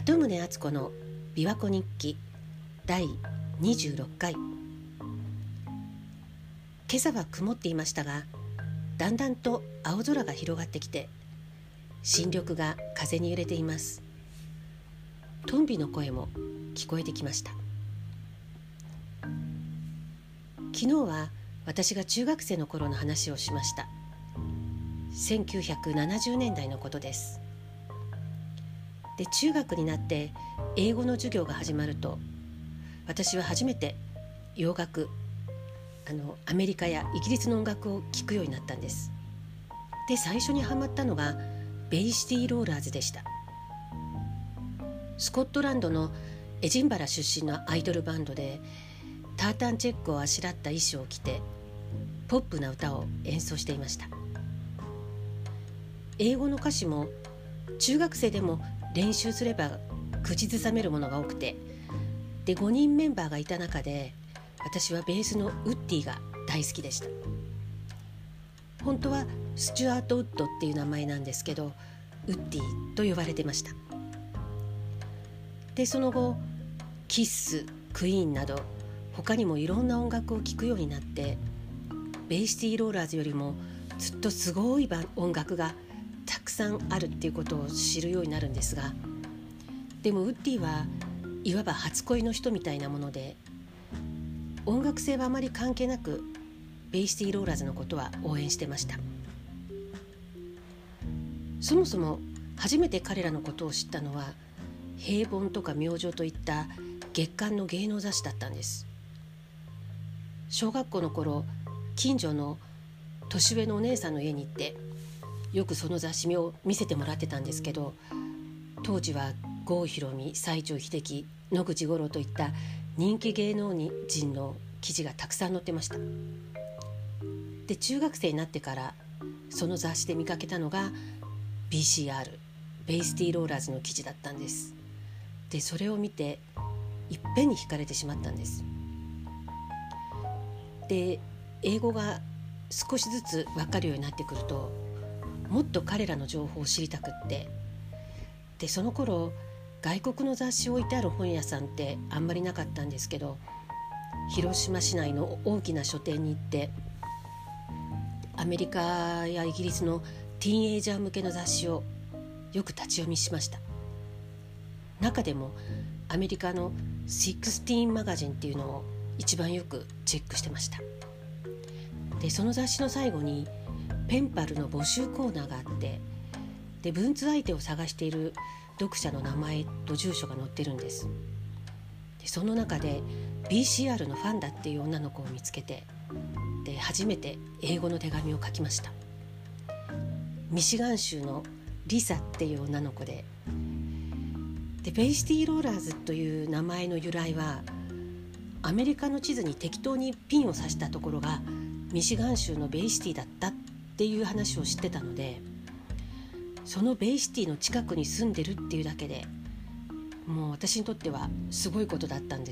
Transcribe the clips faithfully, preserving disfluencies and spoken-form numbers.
鳩宗敦子の琵琶湖日記だいにじゅうろっかい。今朝は曇っていましたが、だんだんと青空が広がってきて、新緑が風に揺れています。トンビの声も聞こえてきました。昨日は私が中学生の頃の話をしました。せんきゅうひゃくななじゅうねんだいのことです。で、中学になって英語の授業が始まると、私は初めて洋楽、あのアメリカやイギリスの音楽を聴くようになったんです。で、最初にハマったのがベイシティローラーズでした。スコットランドのエジンバラ出身のアイドルバンドで、タータンチェックをあしらった衣装を着てポップな歌を演奏していました。英語の歌詞も中学生でも練習すれば口ずさめるものが多くて、でごにんメンバーがいた中で、私はベースのウッディが大好きでした。本当はスチュアート・ウッドっていう名前なんですけど、ウッディと呼ばれてました。でその後キッス、クイーンなど他にもいろんな音楽を聴くようになって、ベイシティローラーズよりもずっとすごい音楽がたくさんあるっていうことを知るようになるんですが、でもウッディはいわば初恋の人みたいなもので、音楽性はあまり関係なくベイシティローラーズのことは応援してました。そもそも初めて彼らのことを知ったのは平凡とか明星といった月刊の芸能雑誌だったんです。小学校の頃、近所の年上のお姉さんの家に行ってよくその雑誌を見せてもらってたんですけど、当時は郷ひろみ、西城秀樹、野口五郎といった人気芸能人の記事がたくさん載ってました。で中学生になってからその雑誌で見かけたのが ビーシーアール ベイシティローラーズの記事だったんです。でそれを見ていっぺんに惹かれてしまったんです。で英語が少しずつ分かるようになってくると、もっと彼らの情報を知りたくって、でその頃外国の雑誌を置いてある本屋さんってあんまりなかったんですけど、広島市内の大きな書店に行ってアメリカやイギリスのティーンエイジャー向けの雑誌をよく立ち読みしました。中でもアメリカのシックスティーンマガジンっていうのを一番よくチェックしてました。でその雑誌の最後にペンパルの募集コーナーがあって、で文通相手を探している読者の名前と住所が載ってるんです。でその中で ビーシーアール のファンだっていう女の子を見つけて、で初めて英語の手紙を書きました。ミシガン州のリサっていう女の子で、でベイシティローラーズという名前の由来は、アメリカの地図に適当にピンを刺したところがミシガン州のベイシティだったっていう話を知ってたので、そのベイシティの近くに住んでるっていうだけでもう私にとってはすごいことだったんです。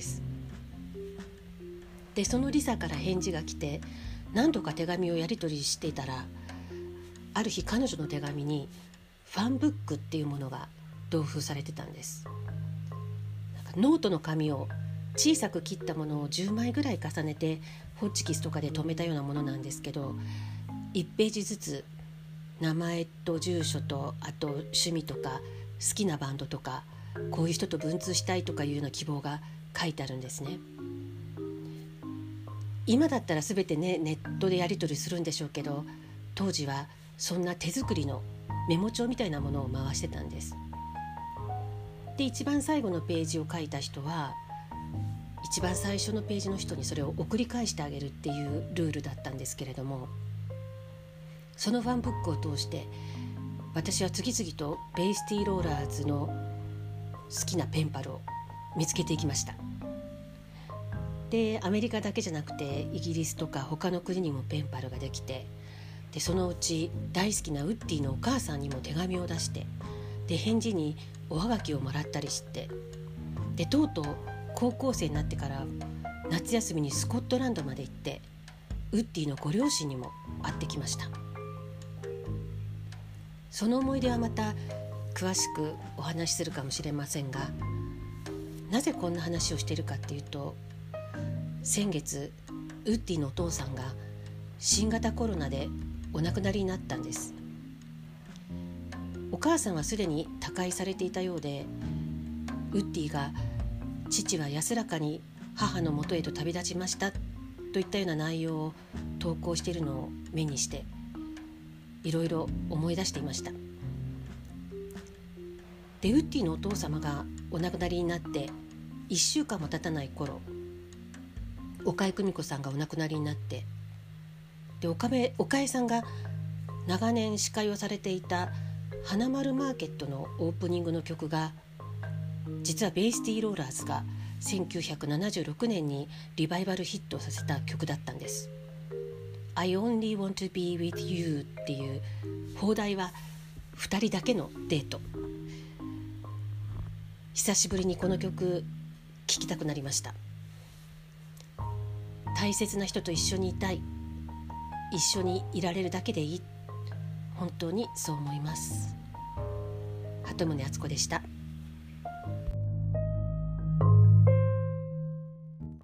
でそのリサから返事が来て、何度か手紙をやり取りしていたら、ある日彼女の手紙にファンブックっていうものが同封されてたんです。なんかノートの紙を小さく切ったものをじゅうまいぐらい重ねてホッチキスとかで留めたようなものなんですけど、いちページずつ名前と住所と、あと趣味とか好きなバンドとか、こういう人と文通したいとかいうような希望が書いてあるんですね。今だったら全てねネットでやり取りするんでしょうけど、当時はそんな手作りのメモ帳みたいなものを回してたんです。で一番最後のページを書いた人は一番最初のページの人にそれを送り返してあげるっていうルールだったんですけれども、そのファンブックを通して私は次々とベイシティローラーズの好きなペンパルを見つけていきました。でアメリカだけじゃなくてイギリスとか他の国にもペンパルができて、でそのうち大好きなウッディのお母さんにも手紙を出して、で返事におはがきをもらったりして、でとうとう高校生になってから夏休みにスコットランドまで行って、ウッディのご両親にも会ってきました。その思い出はまた詳しくお話しするかもしれませんが、なぜこんな話をしているかっていうと、先月ウッディのお父さんが新型コロナでお亡くなりになったんです。お母さんはすでに他界されていたようで、ウッディが父は安らかに母のもとへと旅立ちましたといったような内容を投稿しているのを目にして、いろいろ思い出していました。で、ウッディのお父様がお亡くなりになっていっしゅうかんも経たない頃、岡江久美子さんがお亡くなりになって、で岡部岡江さんが長年司会をされていた花丸マーケットのオープニングの曲が、実はベイスティーローラーズがせんきゅうひゃくななじゅうろくねんにリバイバルヒットさせた曲だったんです。 I only want to be with you っていう邦題はふたりだけのデート。久しぶりにこの曲聴きたくなりました。大切な人と一緒にいたい、一緒にいられるだけでいい、本当にそう思います。鳩宗敦子でした。